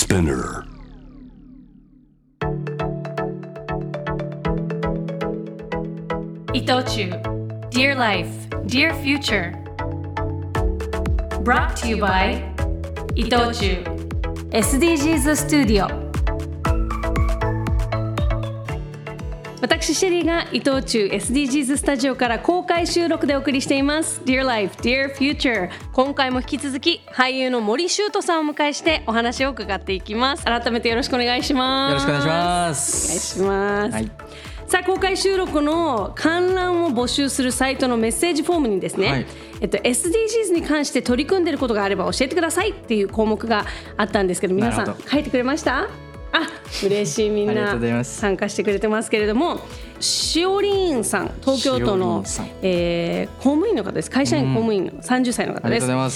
Spinner. 伊藤忠 Dear Life, Dear Future Brought to you by 伊藤忠 SDGs スタジオ。私シェリーが伊藤忠 SDGs スタジオから公開収録でお送りしています Dear Life, Dear Future。 今回も引き続き俳優の森修斗さんをお迎えしてお話を伺っていきます。改めてよろしくお願いします。 よろしくお願いします。 お願いします、 はい、 さあ公開収録の観覧を募集するサイトのメッセージフォームにですね、 はい SDGs に関して取り組んでいることがあれば教えてくださいっていう項目があったんですけど、皆さん書いてくれました？嬉しい、みんな参加してくれてますけれども、しおりーんさん、東京都の、公務員の方です。会社員公務員の30歳の方です。 ありがとうございます。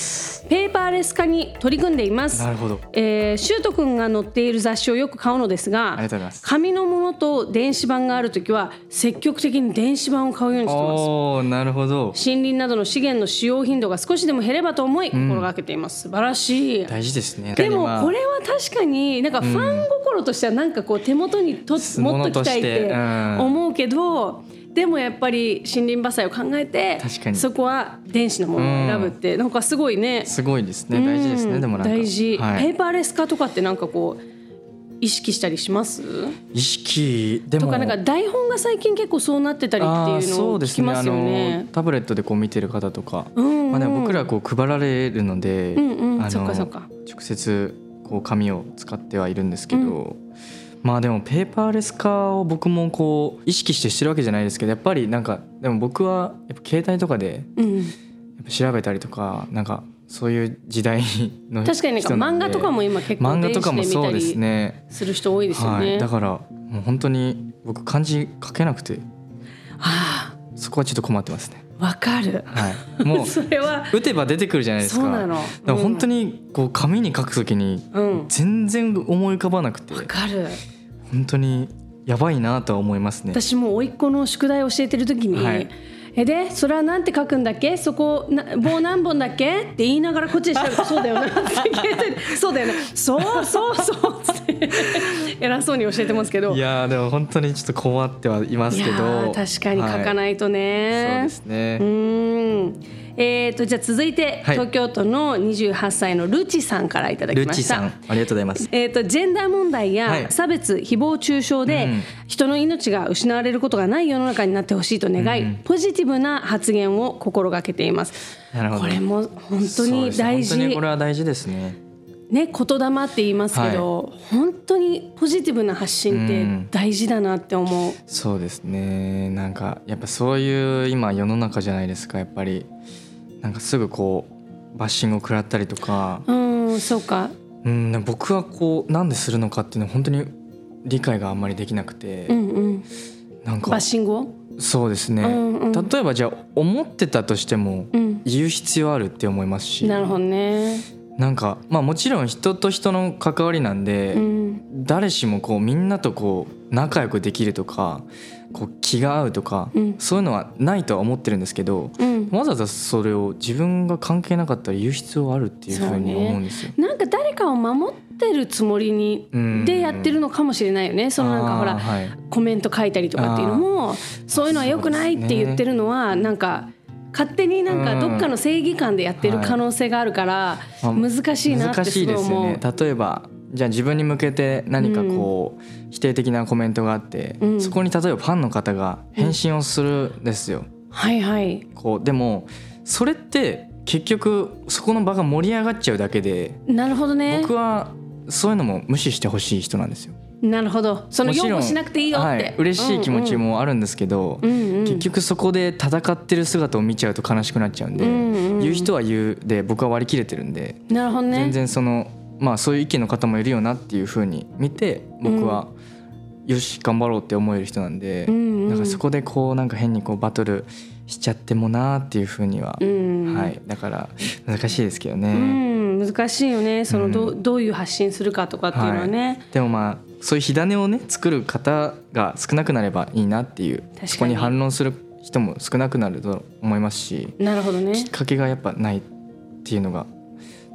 ペーパーレス化に取り組んでいます。 なるほど。 シュート君が載っている雑誌をよく買うのですが、 ありがとうございます。 紙のものと電子版があるときは積極的に電子版を買うようにしています。 なるほど。 森林などの資源の使用頻度が少しでも減ればと思い心がけています。素晴らしい。 大事ですね。 でもこれは確かになんかファン心としてはなんかこう手元に持っときたいって思うけど、でもやっぱり森林伐採を考えてそこは電子のものを選ぶってなんかすごいね。 すごいですね。大事ですね。でもなんか大事、 はい、 ペーパーレス化とかってなんかこう意識したりします？ 意識でもとかなんか台本が最近結構そうなってたりっていうのを聞きますよね。 タブレットでこう見てる方とか、 でも僕らはこう配られるので、 そっかそっか。 直接こう紙を使ってはいるんですけど、でもペーパーレス化を僕もこう意識してるわけじゃないですけど、やっぱりなんかでも僕はやっぱ携帯とかでやっぱ調べたりとか、なんかそういう時代の人なんで、 確かになんか漫画とかも今結構電子で見たりする人多いですよね。 はい、だからもう本当に僕漢字書けなくて、そこはちょっと困ってますね。 わかる、 はい、もうそれは打てば出てくるじゃないですか。 そうなの、 だから本当にこう紙に書くときに全然思い浮かばなくて、 わかる。 本当にやばいなとは思いますね。 私も甥っ子の宿題を教えてる時に、でそれはなんて書くんだっけ、そこ棒何本だっけって言いながらこっちに調べてそうだよなってそうだよね、そうって偉そうに教えてますけど、 いやでも本当にちょっと困ってはいますけど、 確かに書かないとね、 そうですね。 じゃあ続いて、東京都の28歳のルチさんからいただきました。 ルチさんありがとうございます。 ジェンダー問題や差別、誹謗中傷で人の命が失われることがない世の中になってほしいと願い、ポジティブな発言を心がけています。 なるほど。 これも本当に大事。 本当にこれは大事ですね。 言霊って言いますけど、本当にポジティブな発信って大事だなって思う。 そうですね。なんかやっぱそういう今世の中じゃないですか。やっぱりなんかすぐこうバッシングを食らったりとか、 そうか。 僕はこうなんでするのかっていうのは本当に理解があんまりできなくて、なんかバッシングを？ そうですね、例えばじゃあ思ってたとしても言う必要あるって思いますし、 なるほどね。 なんかもちろん人と人の関わりなんで、誰しもこうみんなとこう仲良くできるとかこう気が合うとか、そういうのはないとは思ってるんですけど、わざわざそれを自分が関係なかったら言う必要あるっていうふうに思うんですよ。 なんか誰かを守ってるつもりにでやってるのかもしれないよね。そのなんかほら、コメント書いたりとかっていうのもそういうのは良くないって言ってるのはなんか勝手になんかどっかの正義感でやってる可能性があるから難しいなってすごい思う。 難しいですよね。例えばじゃあ自分に向けて何かこう否定的なコメントがあって、そこに例えばファンの方が返信をするんですよ。こうでもそれって結局そこの場が盛り上がっちゃうだけで、 なるほどね。 僕はそういうのも無視してほしい人なんですよ。 なるほど。その擁護しなくていいよって、 嬉しい気持ちもあるんですけど、結局そこで戦ってる姿を見ちゃうと悲しくなっちゃうんで、言う人は言うで僕は割り切れてるんで、 なるほどね。 全然そのそういう意見の方もいるよなっていう風に見て僕はよし頑張ろうって思える人なんで、だからそこでこうなんか変にこうバトルしちゃってもなっていう風には、だから難しいですけどね。 難しいよね。そのどういう発信するかとかっていうのはね。 でもそういう火種をね作る方が少なくなればいいなっていう、そこに反論する人も少なくなると思いますし、 なるほどね。 きっかけがやっぱないっていうのが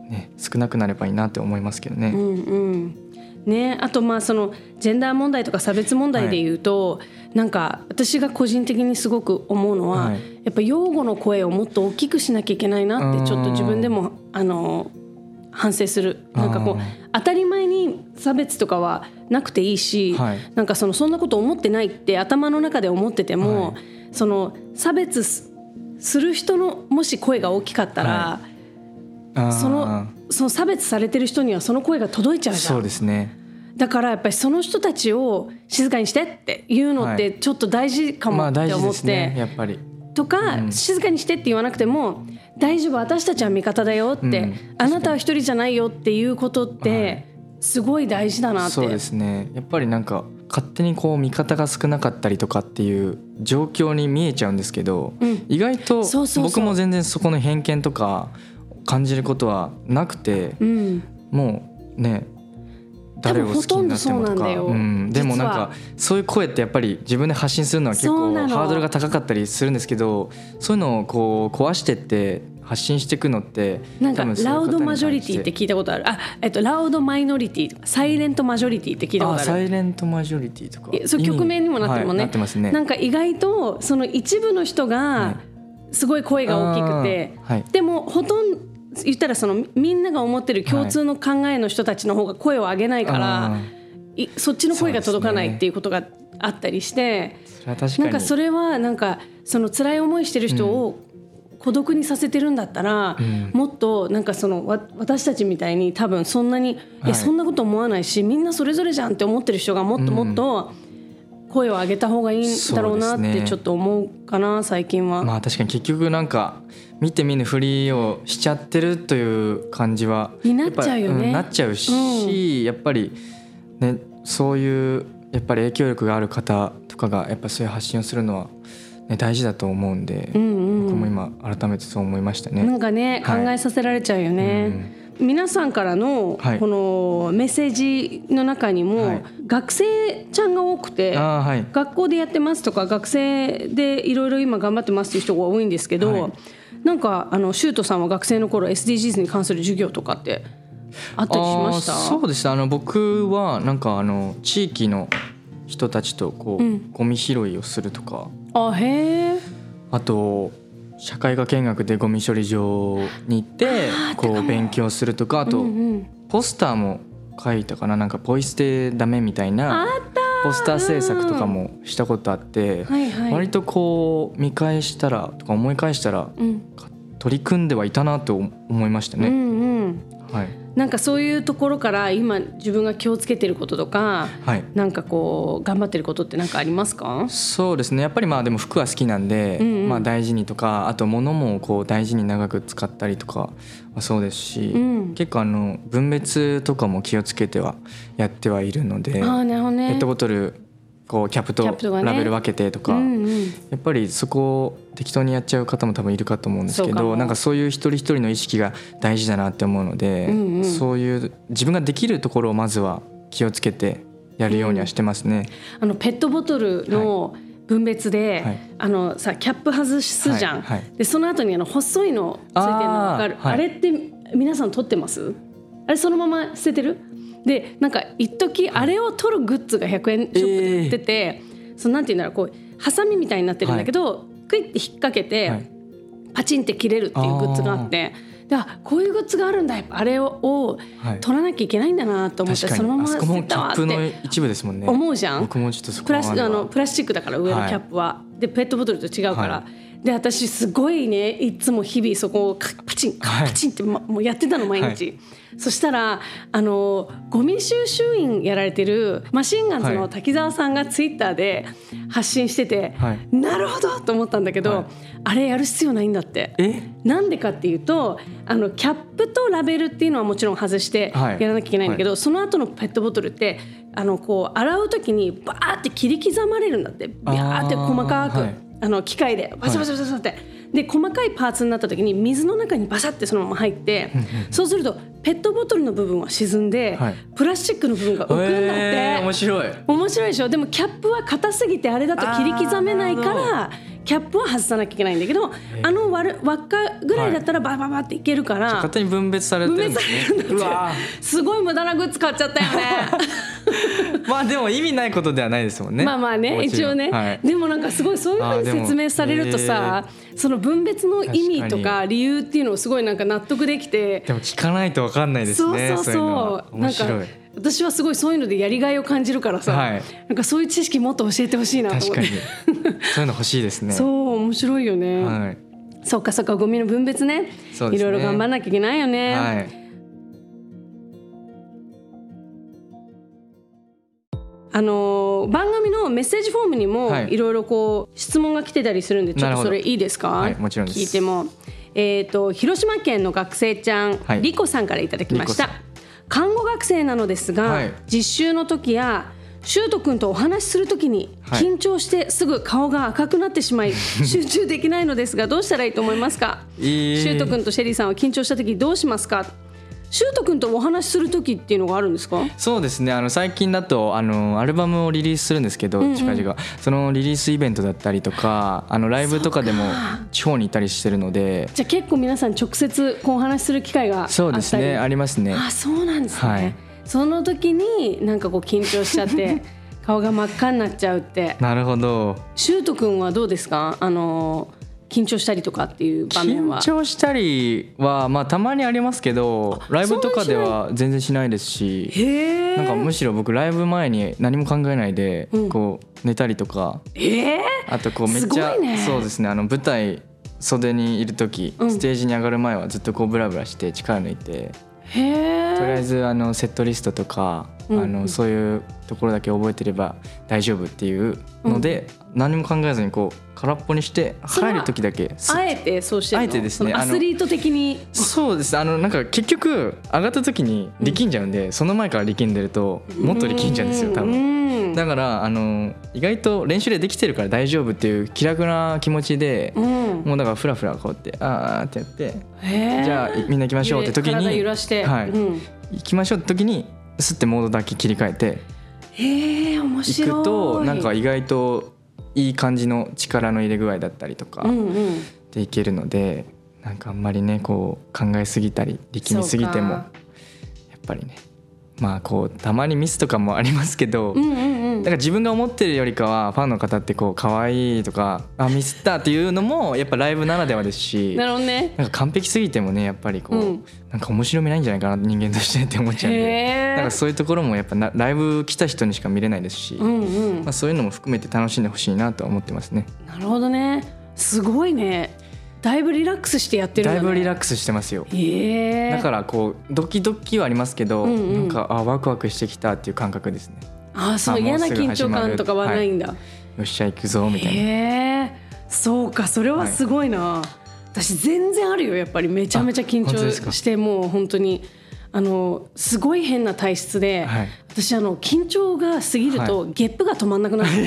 ね、少なくなればいいなって思いますけどね。 ね、あとそのジェンダー問題とか差別問題でいうと、なんか私が個人的にすごく思うのは、やっぱ擁護の声をもっと大きくしなきゃいけないなってちょっと自分でも反省する。なんかこう当たり前に差別とかはなくていいし、なんかそんなこと思ってないって頭の中で思ってても、その差別する人のもし声が大きかったら、その差別されてる人にはその声が届いちゃうじゃん。 そうですね。 だからやっぱりその人たちを静かにしてっていうのってちょっと大事かもって思って、 やっぱりとか、静かにしてって言わなくても大丈夫、私たちは味方だよって、あなたは一人じゃないよっていうことってすごい大事だなって。 そうですね。やっぱりなんか勝手にこう味方が少なかったりとかっていう状況に見えちゃうんですけど、意外と僕も全然そこの偏見とか感じることはなくて、もうね、誰を好きになってもとか、でもなんかそういう声ってやっぱり自分で発信するのは結構ハードルが高かったりするんですけど、そういうのをこう壊してって発信していくのってなんかラウドマジョリティって聞いたことある。ラウドマイノリティとかサイレントマジョリティって聞いたことある。 サイレントマジョリティとかそう曲名にもなってるもんね。 なってますね。 なんか意外とその一部の人がすごい声が大きくて、でもほとんど言ったらみんなが思ってる共通の考えの人たちの方が声を上げないから、そっちの声が届かないっていうことがあったりして、なんかそれはなんかその辛い思いしてる人を孤独にさせてるんだったら、もっとなんか私たちみたいに多分そんなに、そんなこと思わないしみんなそれぞれじゃんって思ってる人がもっともっと声を上げた方がいいんだろうなってちょっと思うかな、最近は。 確かに結局なんか見て見ぬふりをしちゃってるという感じはになっちゃうよね。 なっちゃうし、やっぱりね、そういうやっぱり影響力がある方とかがやっぱそういう発信をするのは、ね、大事だと思うんで、僕も今改めてそう思いましたね。 なんかね、考えさせられちゃうよね。皆さんからのこのメッセージの中にも学生ちゃんが多くて、学校でやってますとか学生でいろいろ今頑張ってますっていう人が多いんですけど、なんかシュートさんは学生の頃 SDGs に関する授業とかってあったりしました？ そうです。僕はなんか地域の人たちとこう、ゴミ拾いをするとか、あと社会科見学でゴミ処理場に行ってこう勉強するとか、あとポスターも書いたかな、なんかポイ捨てダメみたいなポスター制作とかもしたことあって、割とこう見返したらとか思い返したら、取り組んではいたなと思いましたね。 なんかそういうところから今自分が気をつけてることとか、なんかこう頑張ってることって何かありますか？ そうですね、やっぱりでも服は好きなんで、大事にとか、あと物もこう大事に長く使ったりとかはそうですし、結構分別とかも気をつけてはやってはいるので、ペットボトルこうキャップとラベル分けてとか、やっぱりそこを適当にやっちゃう方も多分いるかと思うんですけど、なんかそういう一人一人の意識が大事だなって思うので、そういう自分ができるところをまずは気をつけてやるようにはしてますね。 ペットボトルの分別で、キャップ外すじゃん、でその後に細いのついてるの分かる？あれって皆さん取ってます？あれそのまま捨ててる？でなんか一時あれを取るグッズが100円ショップで売ってて、なんていうんだろう、こうハサミみたいになってるんだけど、クイッて引っ掛けて、パチンって切れるっていうグッズがあって、こういうグッズがあるんだ、やっぱあれを取らなきゃいけないんだなと思って、そのまま捨てたわって思うじゃん。 僕もちょっとそこプラスチックだから上のキャップは、でペットボトルと違うから、で私すごいね、いつも日々そこをパチンパチンって、もうやってたの毎日、そしたらゴミ収集員やられてるマシンガンズの滝沢さんがツイッターで発信してて、なるほどと思ったんだけど、あれやる必要ないんだって。なんでかっていうとキャップとラベルっていうのはもちろん外してやらなきゃいけないんだけど、その後のペットボトルってこう洗う時にバーって切り刻まれるんだって。ビャーって細かく、機械でバシャバシャバシャって、で細かいパーツになった時に水の中にバシャってそのまま入って、そうするとペットボトルの部分は沈んで、プラスチックの部分が浮くんだって。 面白いでしょ。でもキャップは硬すぎてあれだと切り刻めないから、 キャップは外さなきゃいけないんだけど、輪っかぐらいだったらバババっていけるから、 勝手に分別されてるんですね。うわすごい無駄なグッズ買っちゃったよねまあでも意味ないことではないですもんね。 まあね、一応ね、はい、でもなんかすごいそういうふうに説明されるとさ、その分別の意味とか理由っていうのをすごいなんか納得できて。 でも聞かないと分かんないですね。そう面白い。なんか私はすごいそういうのでやりがいを感じるからさ、はい、なんかそういう知識もっと教えてほしいなと思って。 確かにそういうの欲しいですね。 そう面白いよね、はい、そっかそっか、ゴミの分別 ね、いろいろ頑張んなきゃいけないよね、はい、番組のメッセージフォームにもいろいろこう質問が来てたりするんで、ちょっとそれいいですか？ はい、もちろんです。 聞いても、広島県の学生ちゃん、はい、リコさんからいただきました。看護学生なのですが、はい、実習の時やシュート君とお話しする時に緊張してすぐ顔が赤くなってしまい、集中できないのですがどうしたらいいと思いますか？シュート君とシェリーさんは緊張した時どうしますか？シュート君とお話しする時っていうのがあるんですか？ そうですね、最近だとアルバムをリリースするんですけど、近々そのリリースイベントだったりとかライブとかでも地方に行ったりしてるので、 じゃあ結構皆さん直接こうお話しする機会があったり。 そうですね、ありますね。 あ、そうなんですね、 はい、 その時になんかこう緊張しちゃって顔が真っ赤になっちゃうって。 なるほど。 シュート君はどうですか？緊張したりとかっていう場面は。 緊張したりは、まあ、たまにありますけど、ライブとかでは全然しないですし、なんかむしろ僕ライブ前に何も考えないでこう寝たりとか、あとこうめっちゃ、そうですね、舞台袖にいる時、ステージに上がる前はずっとこうブラブラして力抜いて、とりあえずセットリストとかそういうところだけ覚えてれば大丈夫っていうので、何も考えずにこう空っぽにして入る時だけあえてそうしてるの？ あえてですね、 アスリート的に。 そうです。なんか結局上がった時に力んじゃうんで、その前から力んでるともっと力んじゃうんですよ多分。だから意外と練習でできてるから大丈夫っていう気楽な気持ちで、もうだからフラフラこうやってあーってやって、じゃあみんな行きましょうって時に、 体揺らして、 はい、行きましょうって時にスッてモードだけ切り替えて面白い。 行くとなんか意外といい感じの力の入れ具合だったりとかでいけるので、なんかあんまりねこう考えすぎたり力みすぎてもやっぱりね、まあこうたまにミスとかもありますけど、だから自分が思ってるよりかはファンの方ってこう可愛いとかミスったっていうのもやっぱライブならではですし、 なるほどね、 なんか完璧すぎてもねやっぱりこう、なんか面白みないんじゃないかな人間としてって思っちゃうんで、なんかそういうところもやっぱライブ来た人にしか見れないですし、まあ、そういうのも含めて楽しんでほしいなとは思ってますね。 なるほどね、すごいね。だいぶリラックスしてやってるんだね。 だいぶリラックスしてますよ。だからこうドキドキはありますけど、なんかワクワクしてきたっていう感覚ですね。 そう嫌な緊張感とかはないんだ、 よっしゃ行くぞみたいな。 そうか、それはすごいな、私全然あるよ。やっぱりめちゃめちゃ緊張して、もう本当にすごい変な体質で、私緊張が過ぎるとゲップが止まんなくなる、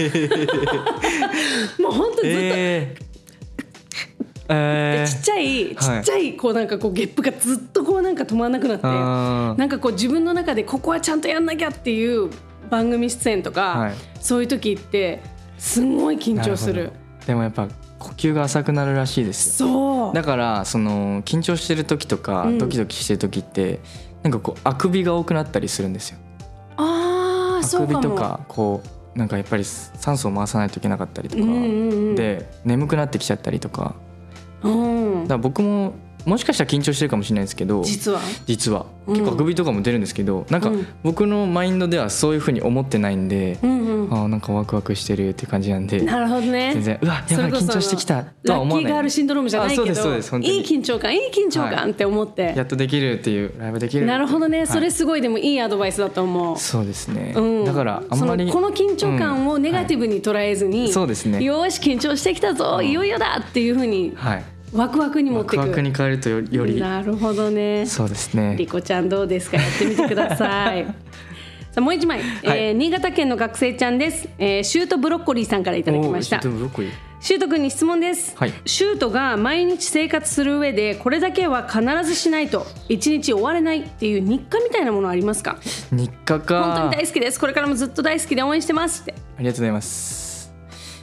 もう本当にずっとでちっちゃいこうなんかこうゲップがずっとこうなんか止まんなくなって、なんかこう自分の中でここはちゃんとやんなきゃっていう番組出演とか、そういう時ってすごい緊張する。 でもやっぱ呼吸が浅くなるらしいですよ。 そうだから緊張してる時とか、ドキドキしてる時ってなんかこうあくびが多くなったりするんですよ。あくびとかこうなんかやっぱり酸素を回さないといけなかったりとか、で眠くなってきちゃったりとか、だから僕ももしかしたら緊張してるかもしれないですけど、実は結構あくびとかも出るんですけど、なんか僕のマインドではそういう風に思ってないんで、なんかワクワクしてるっていう感じなんで、 なるほどね、 全然うわやばい緊張してきたとは思わない。 ラッキーガールシンドロームじゃないけど、いい緊張感って思って、 やっとできるっていうライブできる。 なるほどね、それすごいでもいいアドバイスだと思う。 そうですね、だからあんまりこの緊張感をネガティブに捉えずに、 そうですね、 よし緊張してきたぞ、いよいよだっていう風に、ワクワクに持っていく。 ワクワクに変えるとより。 なるほどね。 そうですね。 リコちゃんどうですか、やってみてください。さあもう一枚、新潟県の学生ちゃんです、シュートブロッコリーさんからいただきました。シュート君に質問です、シュートが毎日生活する上でこれだけは必ずしないと一日終われないっていう日課みたいなものありますか？ 日課か。 本当に大好きです、これからもずっと大好きで応援してますって。 ありがとうございます。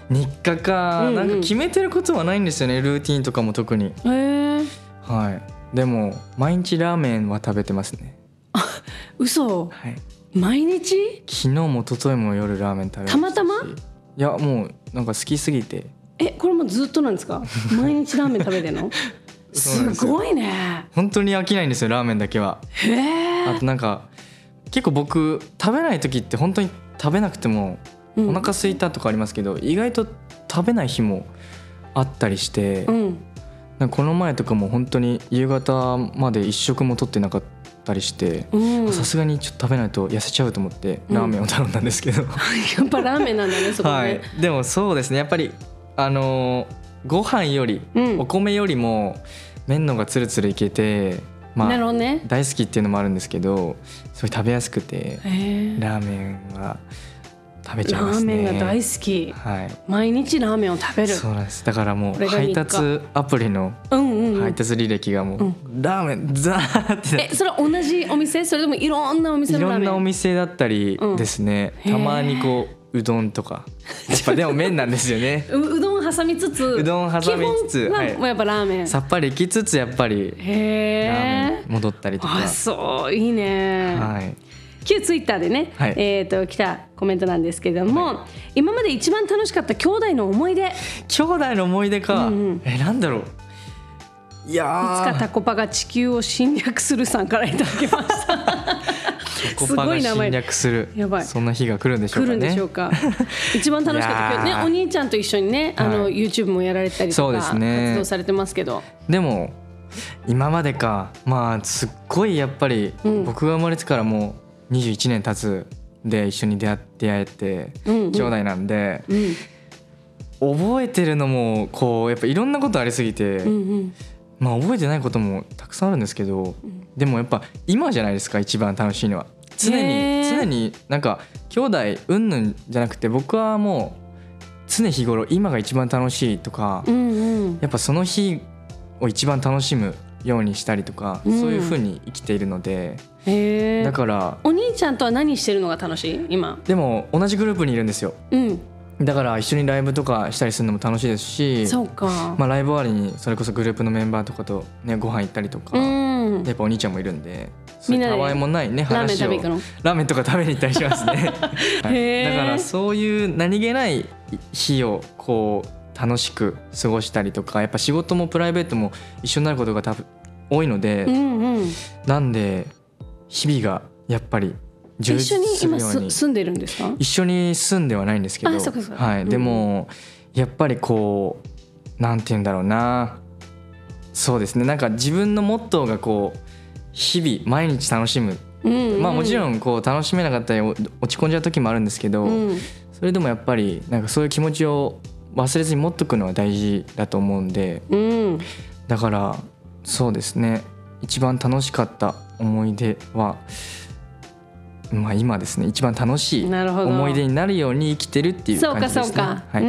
日課か、なんか決めてることはないんですよね、ルーティンとかも特に。はい、でも毎日ラーメンは食べてますね。 嘘、 はい、 毎日？ 昨日も一昨日も夜ラーメン食べましたし。 たまたま？ いやもうなんか好きすぎて。 これもずっとなんですか？毎日ラーメン食べてんの？すごいね。 本当に飽きないんですよ、ラーメンだけは。あとなんか結構僕食べない時って本当に食べなくてもお腹空いたとかありますけど、意外と食べない日もあったりして、なんかこの前とかも本当に夕方まで一食も取ってなかったりして、さすがにちょっと食べないと痩せちゃうと思ってラーメンを頼んだんですけど、やっぱラーメンなんだね、そこね。 はい、でもそうですね、やっぱりご飯より、お米よりも麺の方がツルツルいけて、まあなるほどね、 大好きっていうのもあるんですけど、すごい食べやすくてラーメンは食べちゃいますね。 ラーメンが大好き、 はい、 毎日ラーメンを食べる。 そうなんです。だからもう配達アプリの配達履歴がもうラーメンザーって。 それは同じお店？それともいろんなお店のラーメン？ いろんなお店だったりですね、たまにこううどんとか、やっぱでも麺なんですよね。 うどん挟みつつ、 基本はやっぱラーメン、 さっぱりいきつつやっぱりラーメン戻ったりとか。 あ、そう、いいね。 はい、 旧ツイッターでね、来たコメントなんですけれども、今まで一番楽しかった兄弟の思い出。 兄弟の思い出か、なんだろう。いやいつかタコパが地球を侵略するさんからいただきましたタコパが侵略する、 やばい、 そんな日が来るんでしょうかね。 来るんでしょうか。一番楽しかった今日ね、お兄ちゃんと一緒にね、YouTube もやられたりとか、活動されてますけど。 でも今までか、まあすっごいやっぱり、僕が生まれてからもう21年経つで一緒に出会えて、兄弟なんで、覚えてるのもこうやっぱいろんなことありすぎて、まあ覚えてないこともたくさんあるんですけど、でもやっぱ今じゃないですか、一番楽しいのは。常になんか兄弟うんぬんじゃなくて、僕はもう常日頃今が一番楽しいとか、やっぱその日を一番楽しむようにしたりとか、そういう風に生きているので、だからお兄ちゃんとは何してるのが楽しい今？ でも同じグループにいるんですよ。だから一緒にライブとかしたりするのも楽しいですし、 そうか、 まあ、ライブ終わりにそれこそグループのメンバーとかと、ね、ご飯行ったりとか、やっぱお兄ちゃんもいるんで、 みんなでたわいもないね話をラーメンとか食べに行ったりしますね、はい、だからそういう何気ない日をこう楽しく過ごしたりとか、やっぱ仕事もプライベートも一緒になることが多分多いので、なんで日々がやっぱり充実するように。一緒に今住んでるんですか？ 一緒に住んではないんですけど、はい、でもやっぱりこうなんて言うんだろうな、そうですね、なんか自分のモットーがこう日々毎日楽しむ、まあもちろんこう楽しめなかったり落ち込んじゃう時もあるんですけど、それでもやっぱりなんかそういう気持ちを忘れずに持っとくのは大事だと思うんで、だからそうですね、一番楽しかった思い出は、まあ、今ですね、一番楽しい思い出になるように生きてるっていう感じですね。 そうか、はい、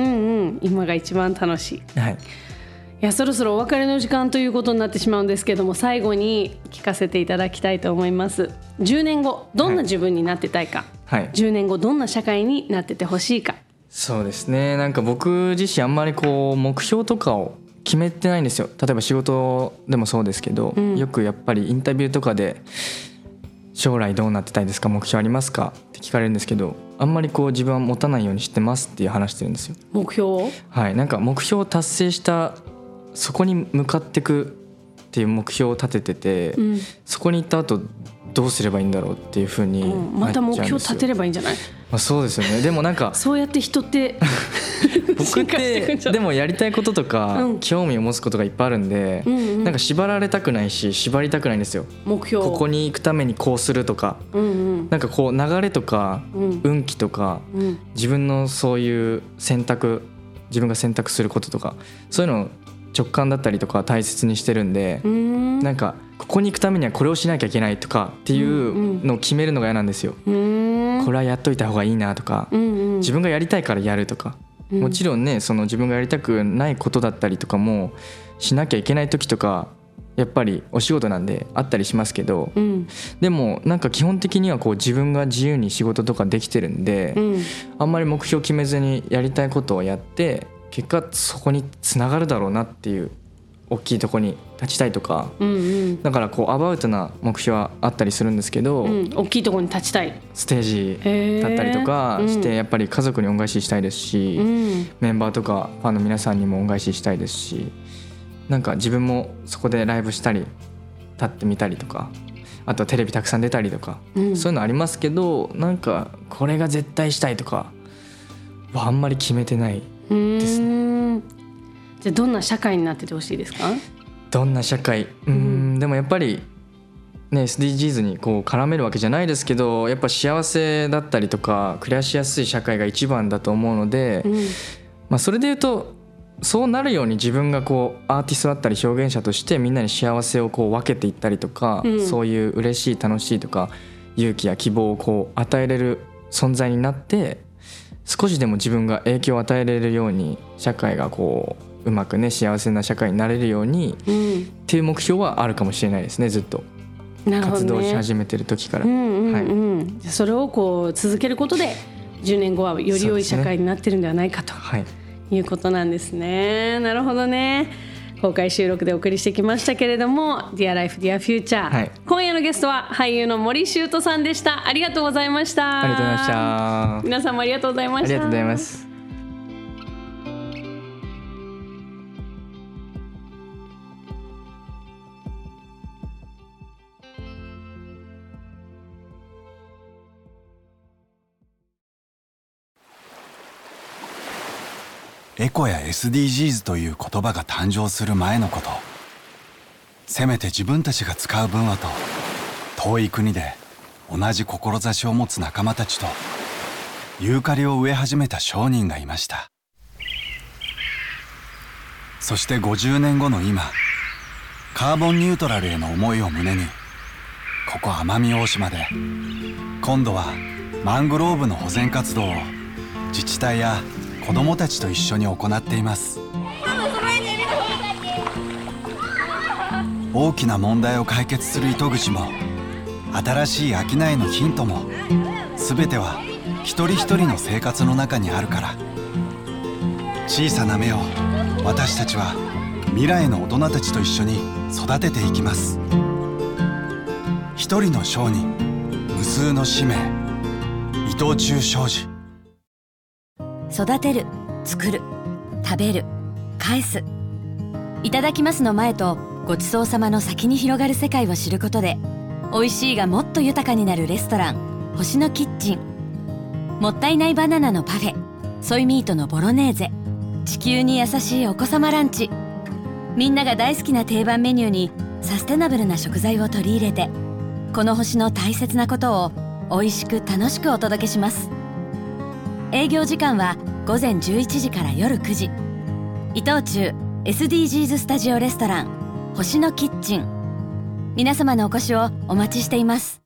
今が一番楽しい、はい、いやそろそろお別れの時間ということになってしまうんですけども、最後に聞かせていただきたいと思います。10年後どんな自分になってたいか、10年後どんな社会になっててほしいか。 そうですね、なんか僕自身あんまりこう目標とかを決めてないんですよ。例えば仕事でもそうですけど、よくやっぱりインタビューとかで将来どうなってたいですか、目標ありますかって聞かれるんですけど、あんまりこう自分は持たないようにしてますっていう話してるんですよ。 目標？ はい、なんか目標を達成したそこに向かってくっていう目標を立ててて、そこに行った後どうすればいいんだろうっていう風になっちゃうんですよ。 また目標立てればいいんじゃない？ まあ、そうですよね。でもなんかそうやって人って僕ってでもやりたいこととか、興味を持つことがいっぱいあるんで、なんか縛られたくないし縛りたくないんですよ。 目標ここに行くためにこうするとか、なんかこう流れとか、運気とか、自分のそういう選択、自分が選択することとか、そういうのを直感だったりとか大切にしてるんで、なんかここに行くためにはこれをしなきゃいけないとかっていうのを決めるのが嫌なんですよ。これはやっといた方がいいなとか、自分がやりたいからやるとか、もちろんね、その自分がやりたくないことだったりとかもしなきゃいけない時とかやっぱりお仕事なんであったりしますけど、 うん、 でもなんか基本的にはこう自分が自由に仕事とかできてるんで、 うん、 あんまり目標決めずにやりたいことをやって結果そこにつながるだろうなっていう大きいとこに立ちたいとか、 うんうん、 だからこうアバウトな目標はあったりするんですけど、 うん、大きいとこに立ちたいステージだったりとかしてやっぱり家族に恩返ししたいですし、 うん、 メンバーとかファンの皆さんにも恩返ししたいですし、なんか自分もそこでライブしたり立ってみたりとか、あとはテレビたくさん出たりとか、 うん、 そういうのありますけど、なんかこれが絶対したいとかはあんまり決めてないですね。 じゃあどんな社会になっててほしいですか？ どんな社会、でもやっぱりね SDGs にこう絡めるわけじゃないですけど、やっぱ幸せだったりとか暮らしやすい社会が一番だと思うので、それで言うとそうなるように自分がこうアーティストだったり表現者としてみんなに幸せをこう分けていったりとか、そういう嬉しい楽しいとか勇気や希望をこう与えれる存在になって、少しでも自分が影響を与えれるように社会がこううまくね幸せな社会になれるように、っていう目標はあるかもしれないですね。ずっと活動し始めてる時から、 それをこう続けることで10年後はより良い社会になってるんではないかと、いうことなんですね。なるほどね。公開収録でお送りしてきましたけれども Dear Life Dear Future、今夜のゲストは俳優の森愁斗さんでした。ありがとうございました。 ありがとうございました。 皆さんもありがとうございました。 ありがとうございます。 エコや SDGs という言葉が誕生する前のこと、せめて自分たちが使う分はと遠い国で同じ志を持つ仲間たちとユーカリを植え始めた商人がいました。そして50年後の今、カーボンニュートラルへの思いを胸に、ここ奄美大島で今度はマングローブの保全活動を自治体や子どもたちと一緒に行っています。大きな問題を解決する糸口も新しい商いのヒントも、全ては一人一人の生活の中にあるから。小さな芽を私たちは未来の大人たちと一緒に育てていきます。一人の商人、無数の使命、伊藤忠商事。 育てる、作る、食べる、返す。いただきますの前とごちそうさまの先に広がる世界を知ることで、美味しいがもっと豊かになるレストラン星のキッチン。もったいないバナナのパフェ、ソイミートのボロネーゼ、地球に優しいお子様ランチ。みんなが大好きな定番メニューにサステナブルな食材を取り入れて、この星の大切なことを美味しく楽しくお届けします。営業時間は午前11時から夜9時。伊藤忠 SDGs スタジオレストラン星のキッチン。皆様のお越しをお待ちしています。